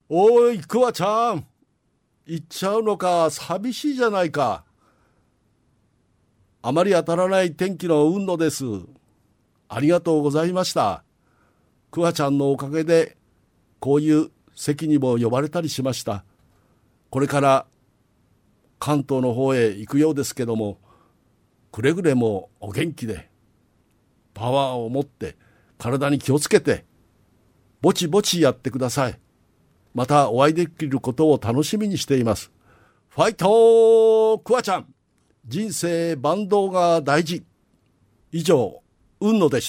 おい、クワちゃん。行っちゃうのか、寂しいじゃないか。あまり当たらない天気の運野です。ありがとうございました。クワちゃんのおかげで、こういう席にも呼ばれたりしました。これから関東の方へ行くようですけども、くれぐれもお元気で、パワーを持って、体に気をつけて、ぼちぼちやってください。またお会いできることを楽しみにしています。ファイトークワちゃん。人生バンドが大事。以上、雲野でした。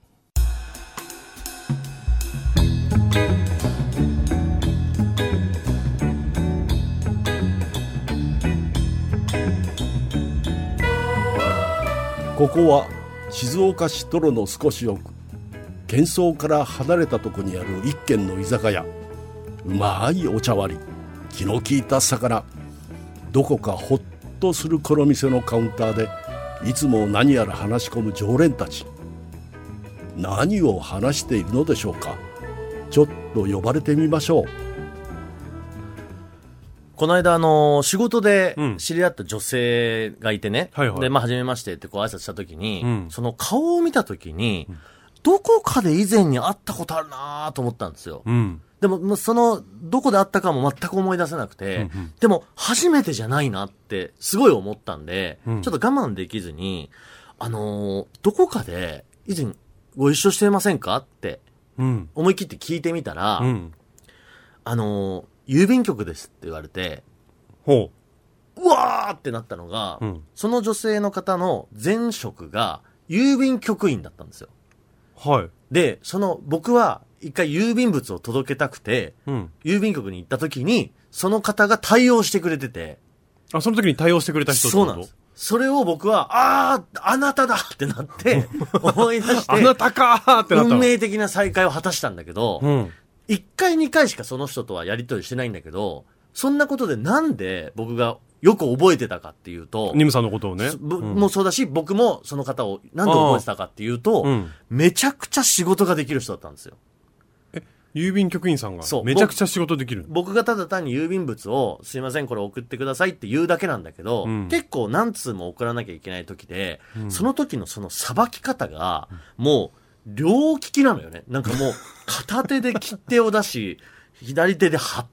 ここは静岡市泥の少し奥、喧騒から離れたとこにある一軒の居酒屋。うまいお茶割り、気の利いた魚、どこかほっとするこの店のカウンターでいつも何やら話し込む常連たち。何を話しているのでしょうか。ちょっと呼ばれてみましょう。 この間仕事で知り合った女性がいてね、で初めましてってこう挨拶した時に、その顔を見た時に、どこかで以前に会ったことあるなと思ったんですよ。でもそのどこで会ったかも全く思い出せなくて、でも初めてじゃないなってすごい思ったんで、ちょっと我慢できずにどこかで以前ご一緒してませんかって思い切って聞いてみたら、郵便局ですって言われて、うわーってなったのが、その女性の方の前職が郵便局員だったんですよ。で、僕は一回郵便物を届けたくて、郵便局に行った時に、その方が対応してくれてて。 その時に対応してくれた人ってこと？そうなんです。それを僕は、あなただってなって、思い出して、 あなたかーってなったの。 運命的な再会を果たしたんだけど、1回2回しかその人とはやり取りしてないんだけど、そんなことでなんで僕がよく覚えてたかっていうと、 ニムさんのことをね。 もうそうだし、僕もその方をなんで覚えてたかっていうと、めちゃくちゃ仕事ができる人だったんですよ。 郵便局員さんがめちゃくちゃ仕事できる。 僕がただ単に郵便物をすいませんこれ送ってくださいって言うだけなんだけど、結構何通も送らなきゃいけない時で、その時のそのさばき方がもう両利きなのよね。なんかもう片手で切手を出し左手で貼って、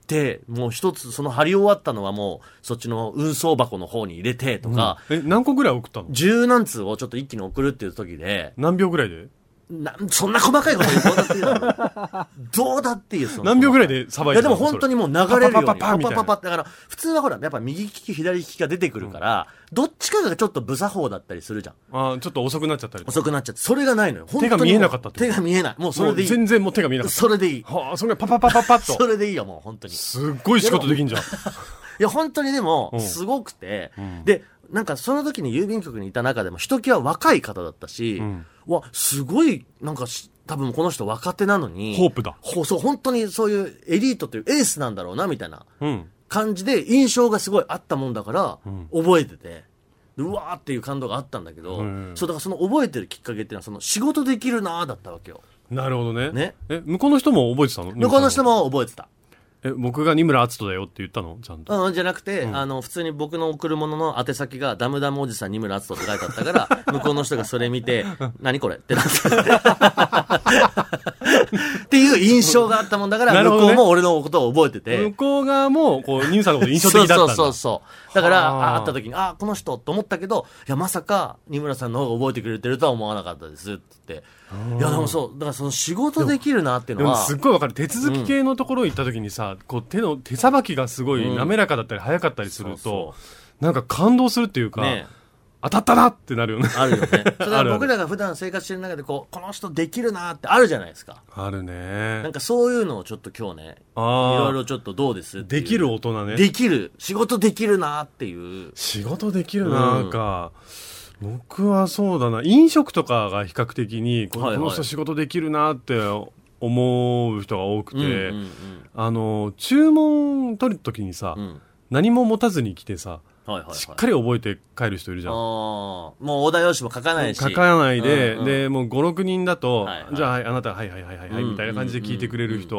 もう一つその貼り終わったのはもうそっちの運送箱の方に入れてとか、 何個ぐらい送ったの ？10何通をちょっと一気に送るっていう時で、 何秒ぐらいで？ そんな細かいことどうだっていいだどうだっていいです。 何秒ぐらいでさばいてたの？ いやでも本当にもう流れるようにパパパだから普通はほらやっぱ右利き左利きが出てくるから、どっちかがちょっと無作法だったりするじゃん。 ちょっと遅くなっちゃったり。 遅くなっちゃって、それがないのよ。 手が見えなかったって。 手が見えない。もうそれでいい。 全然もう手が見えなかった。 それでいい。 それがパパッと。 それでいいよもう本当に。 すっごい仕事できんじゃん。いや本当にでもすごくて、でなんかその時に郵便局にいた中でもひときわ若い方だったし、すごいなんか多分この人若手なのにホープだ。 そう本当にそういうエリートというエースなんだろうなみたいな感じで印象がすごいあったもんだから覚えてて、うわーっていう感動があったんだけど、そうだからその覚えてるきっかけっていうのはその仕事できるなーだったわけよ。 なるほどね。向こうの人も覚えてたの？ 向こうの人も覚えてた。 僕が二村篤人だよって言ったの？ちゃんと。 じゃなくて、普通に僕の送るものの宛先がダムダムおじさん二村篤人って書いてあったから、向こうの人がそれ見て、何これってなったっていう印象があったもんだから、向こうも俺のことを覚えてて。 向こう側も、こう、ニムさんのこと印象的だったんだ。 そう。だから、会った時に、この人と思ったけど、いや、まさか、二村さんの方が覚えてくれてるとは思わなかったですって言って。いやでもそうだからその仕事できるなっていうのはすっごいわかる。手続き系のところ行った時にさ、こう手さばきがすごい滑らかだったり早かったりすると、なんか感動するっていうか、当たったなってなるよね。 あるよね。それは僕らが普段生活してる中でこの人できるなってあるじゃないですか。 あるね。 なんかそういうのをちょっと今日ね、いろいろちょっとどうですできる大人ね。 できる仕事できるなっていう。 仕事できるなか。僕はそうだな、飲食とかが比較的にこの人仕事できるなって思う人が多くて、注文取るときにさ、何も持たずに来てさ、しっかり覚えて帰る人いるじゃん。 もうオーダー用紙も書かないし。 書かないで、で、もう5、6人だと、じゃあ、あなた、はい、みたいな感じで聞いてくれる人。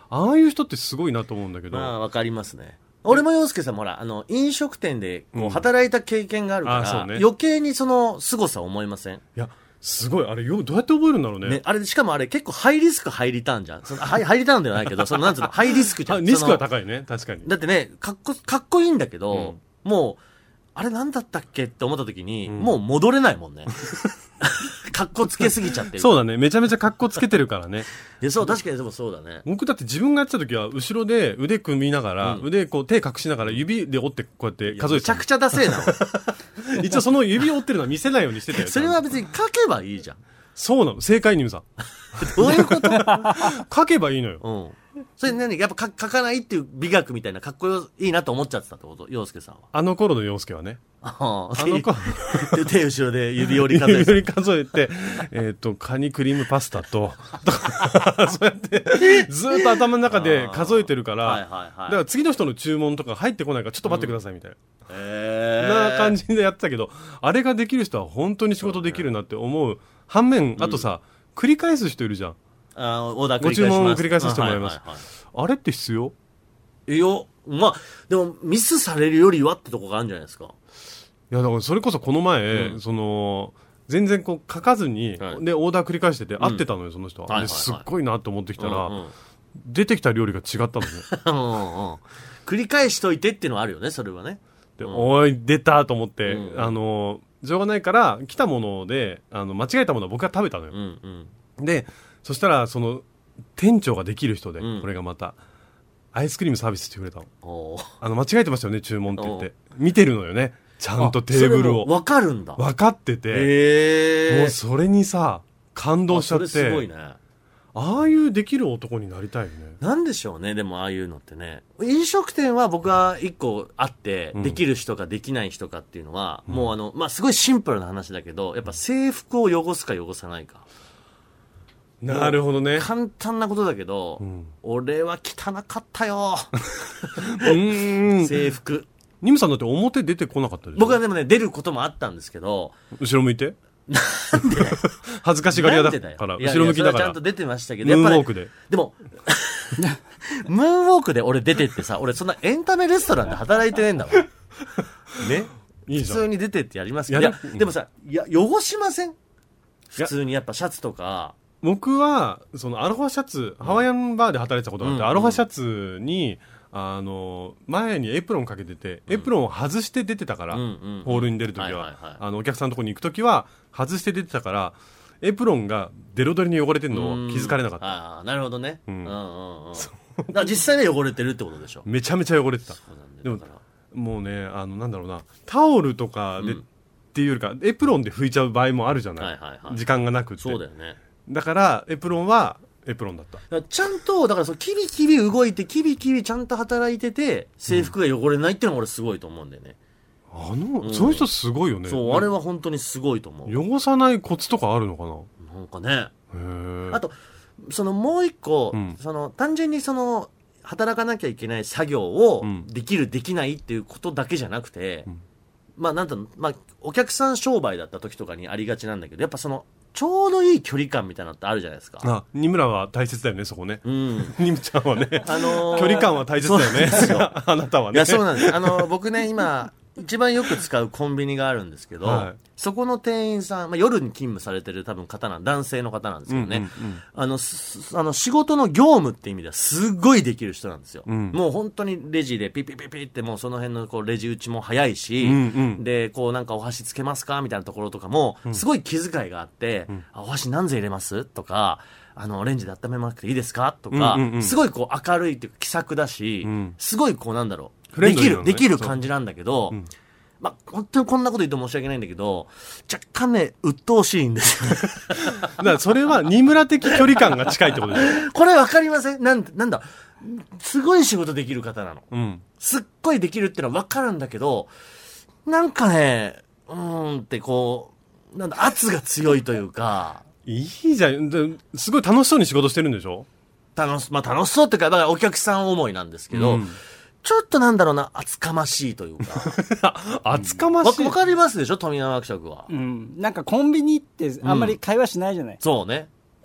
ああいう人ってすごいなと思うんだけど。 わかりますね。俺も洋介さんもほら、飲食店でこう働いた経験があるから、余計にその凄さを思いません？いや、すごい。あれ、どうやって覚えるんだろうね。 あれ、しかもあれ結構ハイリスクハイリターンじゃん。ハイリターンではないけど、なんつうの、ハイリスクじゃん。 リスクは高いね、確かに。 だってね、かっこいいんだけど、もう、あれなんだったっけって思った時に、もう戻れないもんね。かっこつけすぎちゃってる。 そうだね。めちゃめちゃかっこつけてるからね。 いや、そう、確かにでもそうだね。 僕だって自分がやってた時は、後ろで腕組みながら、腕こう手隠しながら指で折ってこうやって数えてた。 めちゃくちゃダセえな。 一応その指を折ってるのは見せないようにしてたよ。 それは別に書けばいいじゃん。 そうなの。正解にむさん。 どういうこと？ 書けばいいのよ。 うん。それ何やっぱ書かないっていう美学みたいなかっこいいなと思っちゃってたってこと洋介さんは。 あの頃の洋介はね。 あの頃。手後ろで指折り数えて。 指折り数えて、カニクリームパスタと、そうやって、ずっと頭の中で数えてるから、だから次の人の注文とか入ってこないからちょっと待ってくださいみたいな。な感じでやってたけど、あれができる人は本当に仕事できるなって思う。反面、あとさ、繰り返す人いるじゃん。 オーダー繰ご注り返します。 文を繰り返させてもらいます。あれって必要？ いや、まあ、でもミスされるよりはってとこがあるんじゃないですか。 いや、だからそれこそこの前、全然こう書かずに、で、オーダー繰り返してて、合ってたのよ、その人は。ですっごいなと思ってきたら、出てきた料理が違ったのね。 繰り返しといてっていうのはあるよね、それはね。 で、おい、出たと思って、しょうがないから、来たもので、間違えたものは僕が食べたのよ。で、そしたら、店長ができる人で、これがまた、アイスクリームサービスしてくれたの。間違えてましたよね、注文って言って。見てるのよね。ちゃんとテーブルを。 わかるんだ。 わかってて。もうそれにさ、感動しちゃって。 それすごいね。 ああいうできる男になりたいよね。 なんでしょうね、でもああいうのってね。飲食店は僕は一個あって、できる人かできない人かっていうのは、もうまあ、すごいシンプルな話だけど、やっぱ制服を汚すか汚さないか。 なるほどね。 簡単なことだけど、俺は汚かったよ。制服。 ニムさんだって表出てこなかったでしょ？ 僕はでもね、出ることもあったんですけど。 後ろ向いて？ なんで？ 恥ずかしがり屋だから、後ろ向きだから。 ちゃんと出てましたけど、やっぱり。 ムーンウォークで。 でも、ムーンウォークで俺出てってさ、俺そんなエンタメレストランで働いてねえんだわ。ね？ いいじゃん。 普通に出てってやりますけど。いや、でもさ、汚しません？普通にやっぱシャツとか。 僕は、アロハシャツ、ハワイアンバーで働いてたことがあって、アロハシャツに、前にエプロンかけてて、エプロンを外して出てたから、ホールに出るときは、お客さんのところに行くときは、外して出てたから、エプロンがデロデロに汚れてるのを気づかれなかった。 ああ、なるほどね。だ実際に汚れてるってことでしょ。 めちゃめちゃ汚れてた。でも、もうね、なんだろうな、タオルとかで、っていうよりか、エプロンで拭いちゃう場合もあるじゃない。時間がなくって。 そうだよね。 だから、エプロンは、エプロンだった。 ちゃんと、だからキビキビ動いて、キビキビちゃんと働いてて、制服が汚れないっていうのが俺すごいと思うんだよね。 そういう人すごいよね。 そう、あれは本当にすごいと思う。 汚さないコツとかあるのかな？ なんかね。あと、もう一個、単純に働かなきゃいけない作業を、できる、できないっていうことだけじゃなくて、まあ、なんだろう、まあ、お客さん商売だった時とかにありがちなんだけど、やっぱちょうどいい距離感みたいなのってあるじゃないですか。 二村は大切だよね、そこね。二村ちゃんはね。距離感は大切だよね。あなたはね。 いや、そうなんです。僕ね、今、一番よく使うコンビニがあるんですけど、そこの店員さん、夜に勤務されてる多分男性の方なんですけどね、仕事の業務って意味ではすごいできる人なんですよ。もう本当にレジでピッピッピッピッってもうその辺のレジ打ちも早いし、で、なんかお箸つけますかみたいなところとかも、すごい気遣いがあって、お箸何税入れますとか、レンジで温めなくていいですかとか、すごい明るいっていうか気さくだし、すごいなんだろう、できる感じなんだけど、まあ、本当にこんなこと言って申し訳ないんだけど、若干ね、鬱陶しいんですよ。 だからそれは、二村的距離感が近いってことですよ。 これわかりません？なんだ、すごい仕事できる方なの。すっごいできるってのはわかるんだけど、なんかね、ってなんだ、圧が強いというか。 いいじゃん。すごい楽しそうに仕事してるんでしょ？ 楽しそうっていうか、だからお客さん思いなんですけど、ちょっとなんだろうな、厚かましいというか。 厚かましい。 わかりますでしょ、富山伯爵は。 なんかコンビニってあんまり会話しないじゃない。 そうね。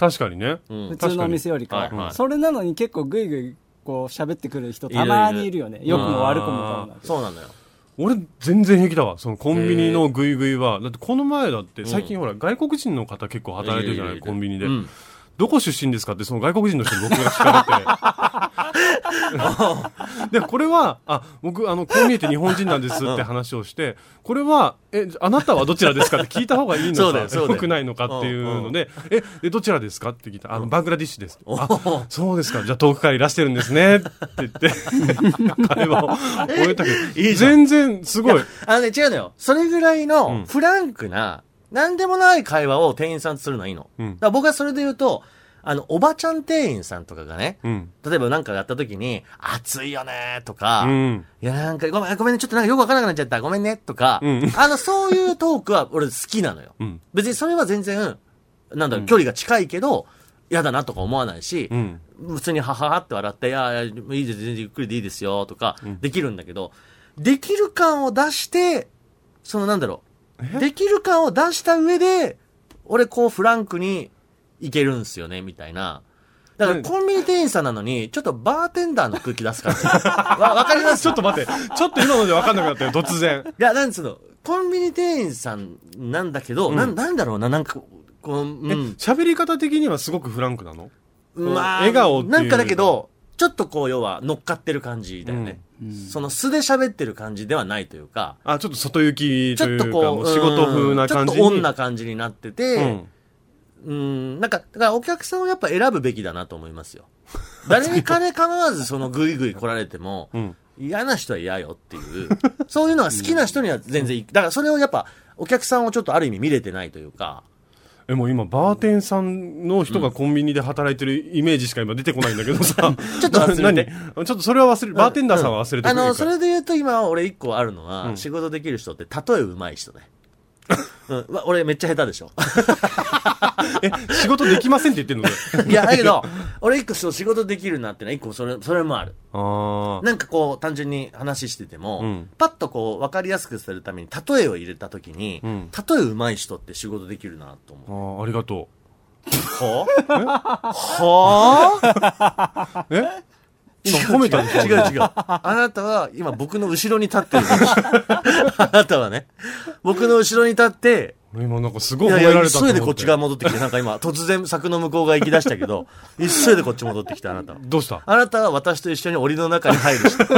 確かにね。 普通のお店よりかは。 はいはいそれなのに結構グイグイこう喋ってくる人たまにいるよね。良くも悪くもかも。 そうなんだよ。 俺全然平気だわ。そのコンビニのグイグイは。だってこの前だって最近ほら外国人の方結構働いてるじゃない、コンビニで。どこ出身ですかってその外国人の人に僕が聞かれてでこれは僕こう見えて日本人なんですって話をしてこれはあなたはどちらですかって聞いた方がいいのか良くないのかっていうのでどちらですかって聞いたバングラディッシュですそうですかじゃあ遠くからいらしてるんですねって言って会話を終えたけど全然すごい違うのよそれぐらいのフランクななんでもない会話を店員さんとするのはいいの。だから僕はそれで言うと、おばちゃん店員さんとかがね、例えばなんかやった時に、暑いよねとか、いやなんかごめんね、ちょっとなんかよくわからなくなっちゃった、ごめんねとか、そういうトークは俺好きなのよ。別にそれは全然、なんだろう、距離が近いけど、嫌だなとか思わないし、普通にはははって笑って、いや、いいです、全然ゆっくりでいいですよとか、できるんだけど、できる感を出して、なんだろう、できる感を出した上で、俺こうフランクにいけるんすよね、みたいな。だからコンビニ店員さんなのに、ちょっとバーテンダーの空気出す感じ。わかりますちょっと待って。ちょっと今のでわかんなくなったよ、突然。 いや、なんつうの、コンビニ店員さんなんだけど、なんだろうな、なんか、 喋り方的にはすごくフランクなの？ まあ、 笑顔っていうなんかだけど、ちょっとこう、要は乗っかってる感じだよね。その素で喋ってる感じではないというか。 ちょっと外行きというか、 ちょっとこう、 仕事風な感じに。 ちょっとオンな感じになってて、なんか、だからお客さんをやっぱ選ぶべきだなと思いますよ。誰に金構わずそのグイグイ来られても、嫌な人は嫌よっていう、そういうのが好きな人には全然いい。だからそれをやっぱ、お客さんをちょっとある意味見れてないというか、 もう今バーテンさんの人がコンビニで働いてるイメージしか今出てこないんだけどさちょっと忘れてちょっとそれは忘れバーテンダーさんは忘れてくれるそれで言うと今俺一個あるのは、仕事できる人って例え上手い人ね俺めっちゃ下手でしょ仕事できませんって言ってんのいやだけど俺一個仕事できるなってのは一個それもあるなんかこう単純に話してても、パッとこう分かりやすくするために例えを入れた時に、例え上手い人って仕事できるなと思う。 ありがとうはぁ今褒めたんです違うあなたは今僕の後ろに立ってるあなたはね僕の後ろに立って今なんかすごい褒められたと思って。 急いでこっち側戻ってきてなんか今突然柵の向こう側行き出したけど急いでこっち戻ってきてあなたはどうした？ あなたは私と一緒に檻の中に入る人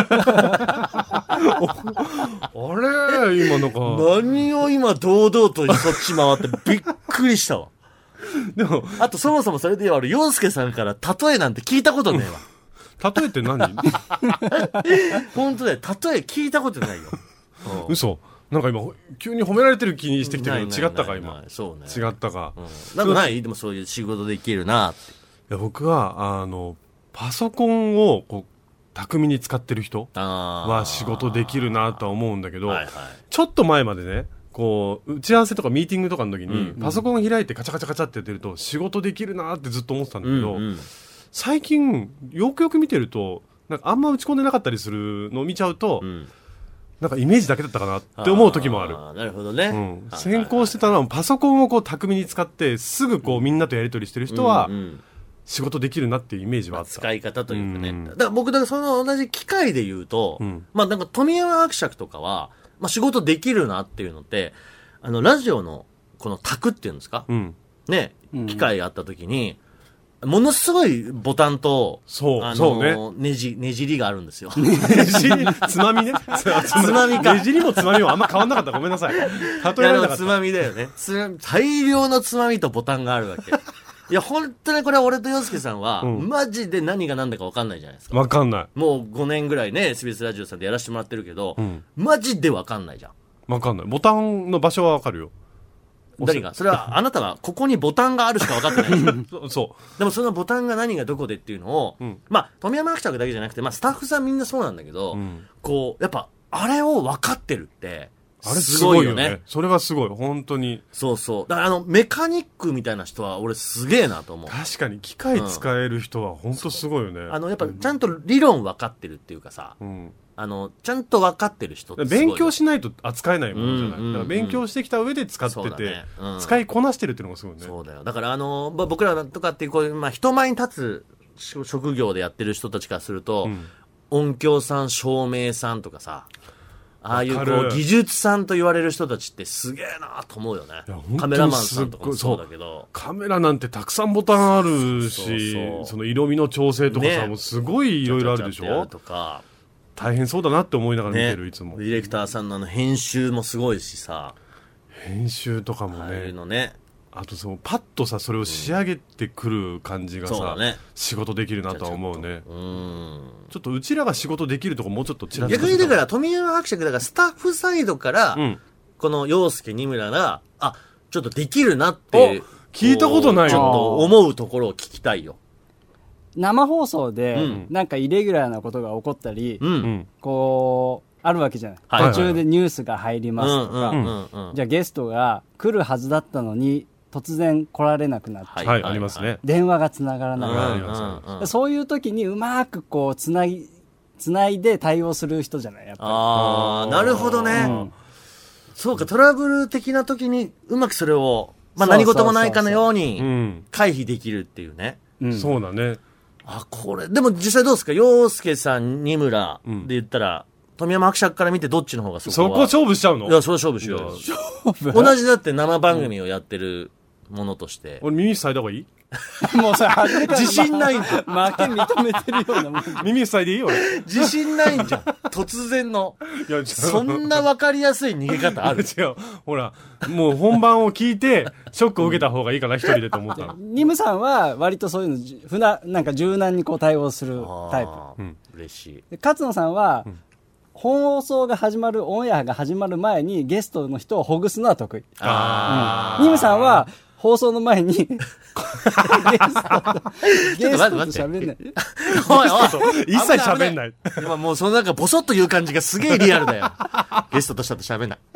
あれ今なんか何を今堂々とそっち回ってびっくりしたわでもあとそもそもそれで言えば洋介さんから例えなんて聞いたことねえわ例えって何本当だよ例え聞いたことないよ嘘なんか今急に褒められてる気にしてきてるけど違ったか今そうね違ったか、 なんかないでもそういう仕事できるなっていや僕はパソコンをこう巧みに使ってる人は仕事できるなとは思うんだけど、ちょっと前までねこう打ち合わせとかミーティングとかの時に、パソコン開いてカチャカチャカチャってやってると仕事できるなってずっと思ってたんだけど、最近よくよく見てるとなんかあんま打ち込んでなかったりするのを見ちゃうと、なんかイメージだけだったかなって思う時もある。 なるほどね、 先行してたのはパソコンをこう巧みに使ってすぐこうみんなとやり取りしてる人は仕事できるなっていうイメージはあった。 使い方というかね、だから僕だからその同じ機械で言うと、まあなんか富山伯爵とかは、まあ、仕事できるなっていうのってラジオのこの卓っていうんですか、ね機械があった時にものすごいボタンと、ねじりがあるんですよ。 ねじりつまみね。 つまみか。 ねじりもつまみもあんま変わんなかった。ごめんなさい。例えられなかった。 つまみだよね。大量のつまみとボタンがあるわけ。いや、本当にこれは俺と洋介さんは、マジで何が何だか分かんないじゃないですか。 分かんない。 もう5年ぐらいね、SBS ラジオさんでやらせてもらってるけど、マジで分かんないじゃん。 分かんない。ボタンの場所は分かるよ。 何がそれはあなたはここにボタンがあるしか分かってないそうでもそのボタンが何がどこでっていうのを、まあ富山伯爵だけじゃなくて、まあ、スタッフさんみんなそうなんだけど、こうやっぱあれを分かってるってあれすごいよね。それはすごい、本当に。 そうそう。だからメカニックみたいな人は俺すげえなと思う。 確かに機械使える人は本当すごいよね。 やっぱちゃんと理論分かってるっていうかさ、ちゃんと分かってる人ってすごい。 勉強しないと扱えないものじゃない。だから勉強してきた上で使ってて、使いこなしてるっていうのがすごいね。 そうだよ。だから僕らとかってこう、人前に立つ職業でやってる人たちからすると、音響さん、照明さんとかさ、ああいうこう技術さんと言われる人たちってすげえなと思うよね。カメラマンさんとかもそうだけど。 カメラなんてたくさんボタンあるし、その色味の調整とかさ、もうすごいいろいろあるでしょ。大変そうだなって思いながら見てる、いつも。 ディレクターさんの編集もすごいしさ。 編集とかもね。 ああいうのね。 あとパッとさそれを仕上げてくる感じがさ、仕事できるなとは思うね。ちょっとうちらが仕事できるとこもうちょっとちらっと逆にだから富山伯爵だからスタッフサイドから、この陽介二村がちょっとできるなって聞いたことないよ。 ちょっと思うところを聞きたいよ。 生放送でなんかイレギュラーなことが起こったり、こうあるわけじゃない。途中でニュースが入りますとか、じゃあゲストが来るはずだったのに突然来られなくなっちゃう。 はい、ありますね。 電話がつながらない。そういう時にうまくこうつないで対応する人じゃないやっぱり。なるほどね。そうか、トラブル的な時にうまくそれを、何事もないかのように回避できるっていうね。 そうだね。 これ、でも実際どうですか？陽介さん、二村で言ったら、富山伯爵から見てどっちの方がそこ勝負しちゃうの？ いや、それは勝負しよう。同じだって生番組をやってるものとして。 俺耳塞いだ方がいい？ もうさ、自信ないんじゃん。 負け認めてるようなもん。 耳塞いでいい俺。 自信ないんじゃん。突然の。いや、そんな分かりやすい逃げ方ある？ 違う。ほら、もう本番を聞いて、ショックを受けた方がいいかな、一人でと思った。 ニムさんは割とそういうの、なんか柔軟にこう対応するタイプ。 嬉しい。 勝野さんは、本放送が始まる、オンエアが始まる前にゲストの人をほぐすのは得意。ニムさんは、放送の前にゲストと喋んない。 おいおい。一切喋んない。 今もうそのなんかボソッと言う感じがすげえリアルだよ。ゲストとしたと喋んない。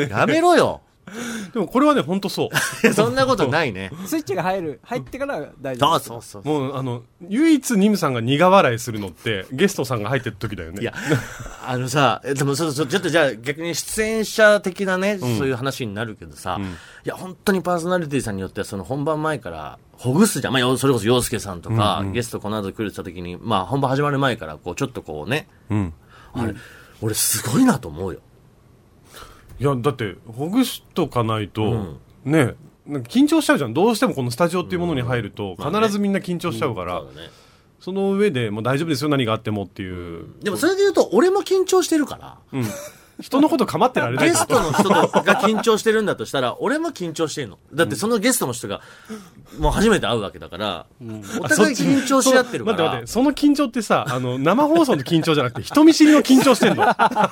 やめろよ。 でもこれはね、ほんとそう。 そんなことないね。 スイッチが入ってから大丈夫。そう。 もう唯一ニムさんが苦笑いするのって、ゲストさんが入ってる時だよね。 いや、さ、でもちょっとじゃあ逆に出演者的なね、そういう話になるけどさ、いや、本当にパーソナリティさんによっては、その本番前から、ほぐすじゃん。それこそ陽介さんとか、ゲストこの後来るって言った時に、本番始まる前から、こう、ちょっとこうね、あれ、俺すごいなと思うよ。 いや、だって、ほぐしとかないと、ね、緊張しちゃうじゃん。どうしてもこのスタジオっていうものに入ると、必ずみんな緊張しちゃうから、その上で、もう大丈夫ですよ、何があってもっていう。 でもそれで言うと、俺も緊張してるから。 人のこと構ってられない。 ゲストの人が緊張してるんだとしたら、俺も緊張してるの。だってそのゲストの人が、もう初めて会うわけだから、お互い緊張し合ってるから。 待って、その緊張ってさ、生放送の緊張じゃなくて、人見知りの緊張してんの。だから、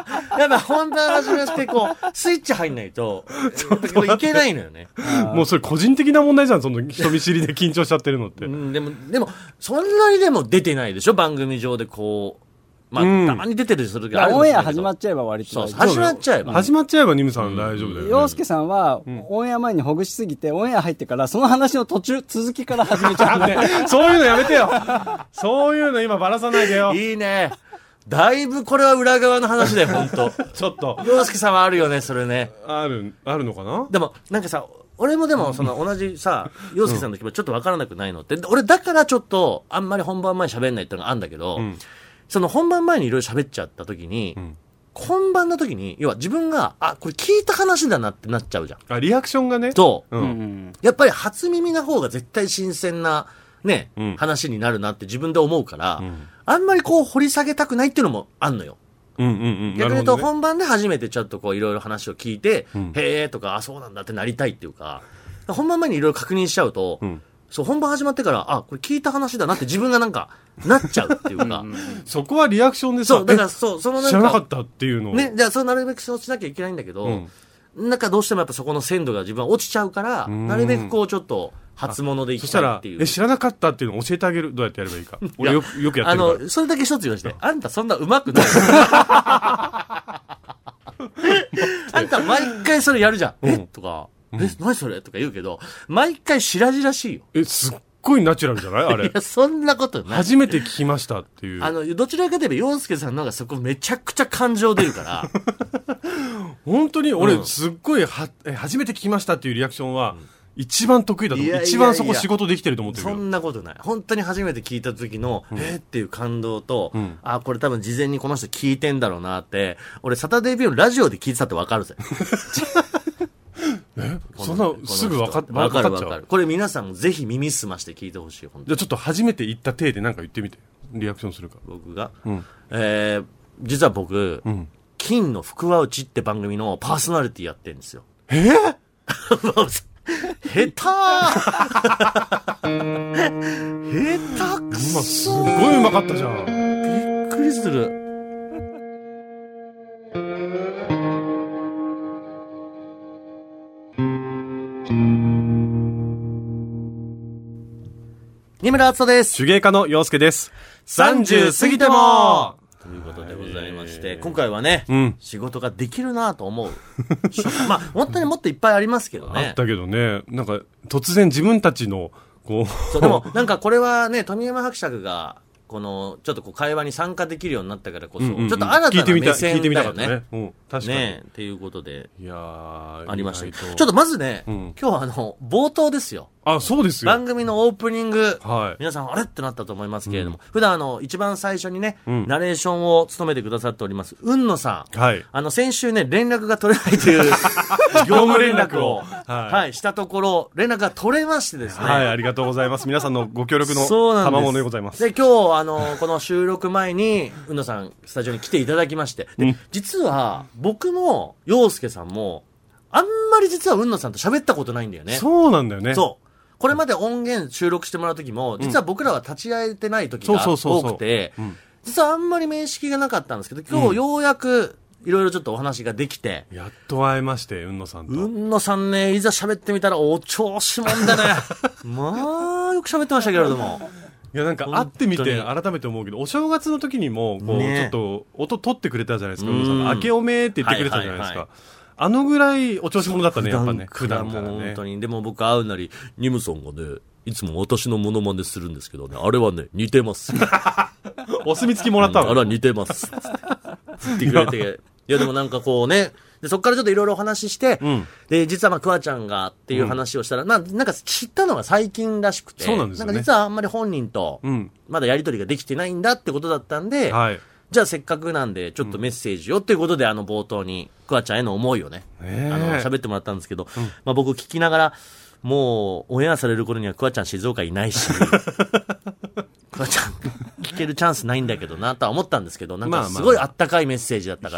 やっぱ本番始めて、こう、スイッチ入んないと、いけないのよね。 もうそれ個人的な問題じゃん、その人見知りで緊張しちゃってるのって。 でも、そんなにでも出てないでしょ、番組上でこう。たまに出てるする時ある。 オンエア始まっちゃえば割と。 始まっちゃえばニムさん大丈夫だよね。 陽介さんは、オンエア前にほぐしすぎて、オンエア入ってから、その話の続きから始めちゃうね。 そういうのやめてよ。そういうの今ばらさないでよ。 いいね。だいぶこれは裏側の話だよ、ほんと。 ちょっと。 陽介さんはあるよね、それね。 あるのかな？ でも、なんかさ、俺もでも、同じさ、陽介さんの時もちょっとわからなくないのって、俺だからちょっと、あんまり本番前喋んないってのがあるんだけど、その本番前にいろいろ喋っちゃった時に、本番の時に、要は自分が、これ聞いた話だなってなっちゃうじゃん。 リアクションがね。 そう。やっぱり初耳な方が絶対新鮮な、ね、話になるなって自分で思うから、あんまりこう掘り下げたくないっていうのもあんのよ。逆に言うと本番で初めてちょっとこういろいろ話を聞いて、へーとか、そうなんだってなりたいっていうか、本番前にいろいろ確認しちゃうと、そう、本番始まってから、これ聞いた話だなって自分がなんか、なっちゃうっていうか。 そこはリアクションでさ、 そう、だからそのなんか。 知らなかったっていうのを。 ね、じゃあなるべくそうしなきゃいけないんだけど、なんかどうしてもやっぱそこの鮮度が自分は落ちちゃうから、なるべくこうちょっと、初物でいきたいっていう。 そしたら、知らなかったっていうのを教えてあげる。どうやってやればいいか。俺よくやってるから。 それだけ一つ言わして。あんたそんな上手くない。 あんた毎回それやるじゃん。とか、何それとか言うけど、毎回白々しいよ。 すっごいナチュラルじゃないあれ。 いや、そんなことない。 初めて聞きましたっていう。 どちらかといえば、洋介さんの方がそこめちゃくちゃ感情出るから。 本当に俺、すっごい初めて聞きましたっていうリアクションは、一番得意だと思う。一番そこ仕事できてると思ってるよ。 そんなことない。本当に初めて聞いた時の、っていう感動と、これ多分事前にこの人聞いてんだろうなって、俺サタデービューのラジオで聞いてたってわかるぜ。 そんなすぐ分かっちゃう。 分かる。これ皆さんもぜひ耳すまして聞いてほしい。 じゃあちょっと初めて言った体で何か言ってみて。リアクションするか。 僕が、実は僕、金の福は内って番組のパーソナリティやってるんですよ。下手くそ。 今すごいうまかったじゃん。 びっくりする。二村敦人です。 手芸家の陽介です。 30過ぎてもということでございまして、今回はね、仕事ができるなと思う。まあ、本当にもっといっぱいありますけどね。 あったけどね、なんか、突然自分たちの、こう。 そう、でも、なんかこれはね、富山伯爵が、ちょっと会話に参加できるようになったからこそ、ちょっと新たな目線だよね。 聞いてみたかったね。確かに。 ね、っていうことで、 いやありましたけど。ちょっとまずね、今日は冒頭ですよ。 そうですよ。 番組のオープニング、皆さんあれってなったと思いますけれども、普段一番最初にね、ナレーションを務めてくださっております、雲野さん。先週ね、連絡が取れないという、業務連絡を、したところ、連絡が取れましてですね。 ありがとうございます。皆さんのご協力の賜物でございます。 で、今日、この収録前に、雲野さん、スタジオに来ていただきまして、で、実は、僕も、陽介さんも、あんまり実は雲野さんと喋ったことないんだよね。 そうなんだよね。 そう。これまで音源収録してもらう時も、実は僕らは立ち会えてない時が多くて、実はあんまり面識がなかったんですけど、今日ようやくいろいろちょっとお話ができて。 やっと会えまして、雲野さんと。 雲野さんね、いざ喋ってみたらお調子もんでね。まあ、よく喋ってましたけれども。 いや、なんか会ってみて改めて思うけど、お正月の時にも、ちょっと音取ってくれたじゃないですか、雲野さんが。明けおめって言ってくれたじゃないですか。あのぐらいお調子者だったね、やっぱね。 普段からね。本当に。でも僕会うなり、ニムソンがね、いつも私のモノマネするんですけどね、あれはね、似てます。 お墨付きもらったの？ あれは似てます。つってくれて。いやでもなんかこうね、で、そっからちょっといろいろお話しして、で、実はクワちゃんがっていう話をしたら、なんか知ったのが最近らしくて、 そうなんですよね。 なんか実はあんまり本人と、まだやりとりができてないんだってことだったんで、じゃあせっかくなんで、ちょっとメッセージをっていうことで、冒頭に、クワちゃんへの思いをね、喋ってもらったんですけど、まあ僕聞きながら、もう、オンエアされる頃にはクワちゃん静岡いないし、クワちゃん聞けるチャンスないんだけどな、とは思ったんですけど、なんかすごいあったかいメッセージだったから、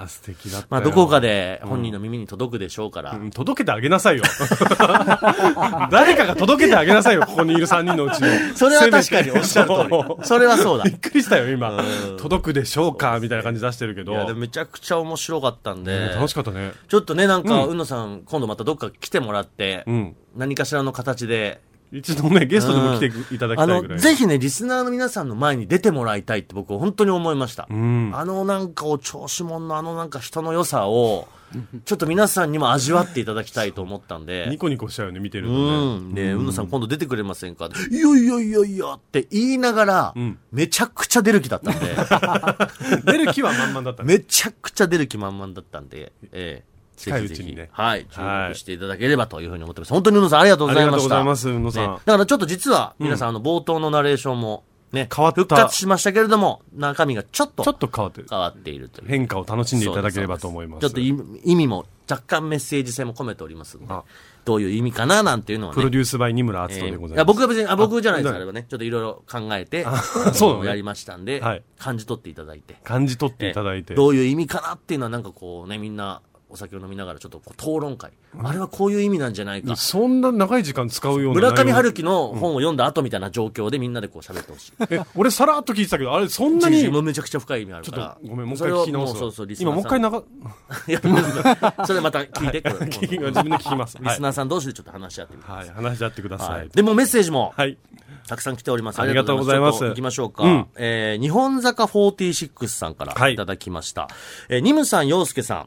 素敵だった。 まあどこかで本人の耳に届くでしょうから。 届けてあげなさいよ。誰かが届けてあげなさいよ、ここにいる3人のうちの。 それは確かにおっしゃる通り。それはそうだ。 びっくりしたよ、今。届くでしょうかみたいな感じ出してるけど。 いや、でもめちゃくちゃ面白かったんで。 楽しかったね。 ちょっとね、なんか、雲野さん、今度またどっか来てもらって、何かしらの形で、 一度ね、ゲストでも来ていただきたいぐらい。 ぜひね、リスナーの皆さんの前に出てもらいたいって僕本当に思いました。なんかお調子者のなんか人の良さを、ちょっと皆さんにも味わっていただきたいと思ったんで。 ニコニコしちゃうよね、見てるとね。 で、雲野さん今度出てくれませんか？いやって言いながら、めちゃくちゃ出る気だったんで。 出る気は満々だっためちゃくちゃ出る気満々だったんで、 近いうちにね。 はい。注目していただければというふうに思ってます。本当に宇野さんありがとうございました。 ありがとうございます、宇野さん。 だからちょっと実は、皆さん冒頭のナレーションもね、復活しましたけれども、中身がちょっと変わっているという。 変化を楽しんでいただければと思います。 ちょっと意味も若干メッセージ性も込めておりますので、どういう意味かななんていうのはね。 プロデュースバイ二村敦人でございます。 いや、僕は別に、僕じゃないです、あれはね。ちょっといろいろ考えて、そうやりましたんで、感じ取っていただいて。 感じ取っていただいて。 どういう意味かなっていうのはなんかこうね、みんな、お酒を飲みながらちょっと討論会。あれはこういう意味なんじゃないか。 そんな長い時間使うような。 村上春樹の本を読んだ後みたいな状況でみんなでこう喋ってほしい。 俺さらっと聞いてたけど、あれそんなに。 めちゃくちゃ深い意味あるから。 ちょっとごめん、もう一回聞き直す。 そう、 今もう一回いや、それまた聞いて。 自分で聞きます。 リスナーさん同士でちょっと話し合ってみてください。 話し合ってください。 でもメッセージも。たくさん来ております。 ありがとうございます。 行きましょうか。日本坂46さんからいただきました。ニムさん、陽介さん。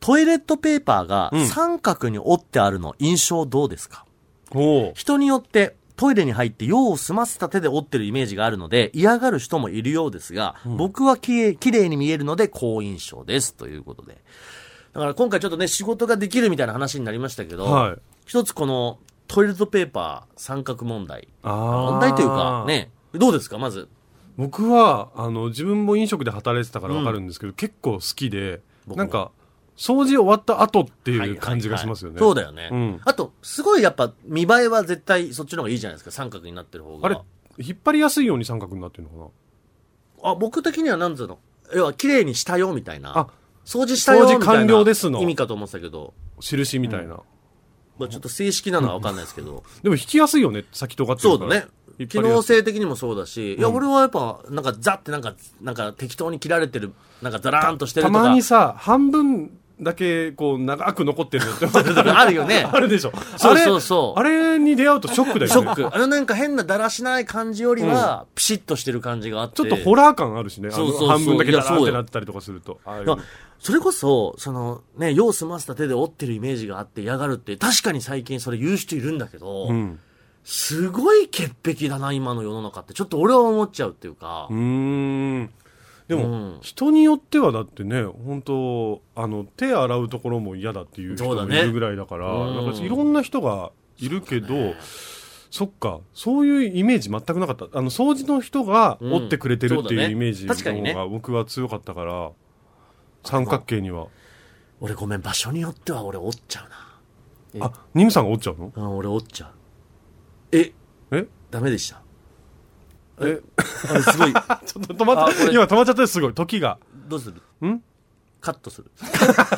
トイレットペーパーが三角に折ってあるの印象どうですか？人によってトイレに入って用を済ませた手で折ってるイメージがあるので嫌がる人もいるようですが、僕は綺麗に見えるので好印象ですということで、だから今回ちょっとね仕事ができるみたいな話になりましたけど、一つこのトイレットペーパー三角問題というかね、どうですか？まず僕は自分も飲食で働いてたから分かるんですけど、結構好きで、なんか掃除終わった後っていう感じがしますよね。 そうだよね、あとすごいやっぱ見栄えは絶対そっちの方がいいじゃないですか、三角になってる方が。 あれ引っ張りやすいように三角になってるのかな。僕的にはなんつうの、要は綺麗にしたよみたいな、掃除したよみたいな完了ですの意味かと思ってたけど、 印みたいな、 ちょっと正式なのは分かんないですけどでも引きやすいよね、先とがってるから。 そうだね、機能性的にもそうだし、いや俺はやっぱなんかザってなんか適当に切られてる、なんかザラーンとしてるとか、 たまにさ半分だけこう長く残ってるのってあるよね。 あるでしょ。 そうあれに出会うとショックだよね。 ショック。なんか変なだらしない感じよりは、ピシッとしてる感じがあって。 ちょっとホラー感あるしね。半分だけだらってなったりとかすると。 それこそ、用を済ませた手で折ってるイメージがあって嫌がるって、確かに最近それ言う人いるんだけど、すごい潔癖だな、今の世の中って。ちょっと俺は思っちゃうっていうか。 でも、人によってはだってね、本当手洗うところも嫌だっていう人もいるぐらいだから、なんかいろんな人がいるけど、そっか、そういうイメージ全くなかった。掃除の人が折ってくれてるっていうイメージの方が僕は強かったから、三角形には。 俺ごめん、場所によっては俺折っちゃうな。 ニムさんが折っちゃうの？ 俺折っちゃう。ダメでした？あれすごい。ちょっと止まった。今止まっちゃったよ、すごい。時が。 どうする？カットする。 来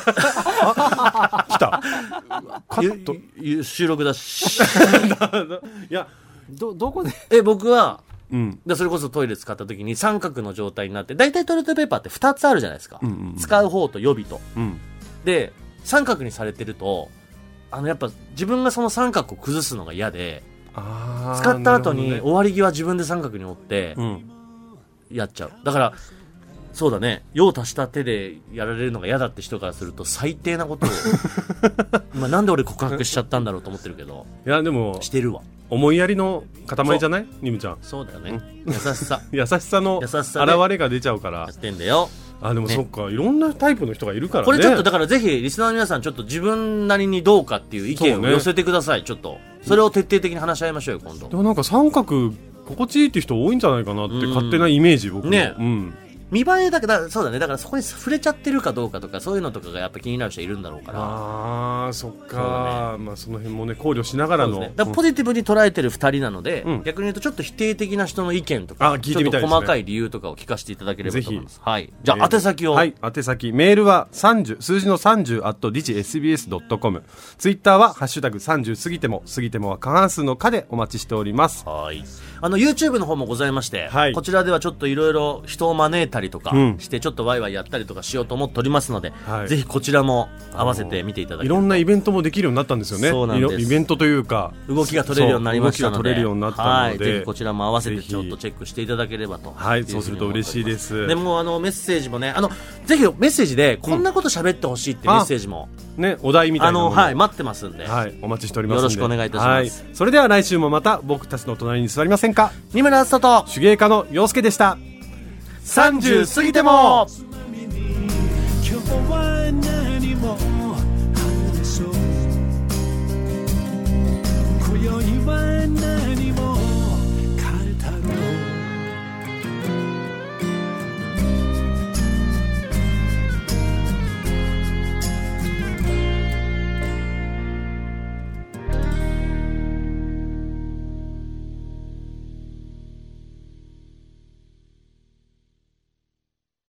た。カット。 収録だし。 いや、どこで？ 僕は、それこそトイレ使った時に三角の状態になって、だいたいトイレットペーパーって2つあるじゃないですか。使う方と予備と。で、三角にされてると、やっぱ自分がその三角を崩すのが嫌で、使った後に終わり際自分で三角に折ってやっちゃう。だからそうだね、用を足した手でやられるのが嫌だって人からすると最低なことをなんで俺告白しちゃったんだろうと思ってるけど、 いやでもしてるわ。 思いやりの塊じゃない？ニムちゃん。 そうだよね、優しさ優しさの現れが出ちゃうからやってんだよ。 でもそっか、いろんなタイプの人がいるからね。 これちょっとだからぜひリスナーの皆さんちょっと自分なりにどうかっていう意見を寄せてください。ちょっとそれを徹底的に話し合いましょうよ今度。 でもなんか三角心地いいって人多いんじゃないかなって勝手なイメージ僕もね。見栄えだけど、そうだね、だからそこに触れちゃってるかどうかとかそういうのとかがやっぱ気になる人いるんだろうから。 そっか、その辺もね考慮しながらの、 だからポジティブに捉えてる2人なので、逆に言うとちょっと否定的な人の意見とか聞いてみたいですね。 ちょっと細かい理由とかを聞かせていただければと思います。はい、じゃあ宛先を。 宛先メールは30数字の 30@digsbs.com、 ツイッターはハッシュタグ30過ぎても過ぎてもは過半数の課でお待ちしております。 はい、YouTube の方もございまして、こちらではちょっといろいろ人を招いたりとかしてちょっとワイワイやったりとかしようと思っておりますので、ぜひこちらも合わせて見ていただければ。 いろんなイベントもできるようになったんですよね。 そうなんです。 イベントというか動きが取れるようになりましたので、 動きが取れるようになったので、 ぜひこちらも合わせてちょっとチェックしていただければと。 そうすると嬉しいです。 でもメッセージもね、ぜひメッセージでこんなこと喋ってほしいってメッセージも、 お題みたいなのも待ってますんで、 お待ちしておりますのでよろしくお願いいたします。 それでは来週もまた僕たちの隣に座りませんか。 二村敦人と手芸家の陽介でした。30過ぎても。今日は何も話そう、今宵は何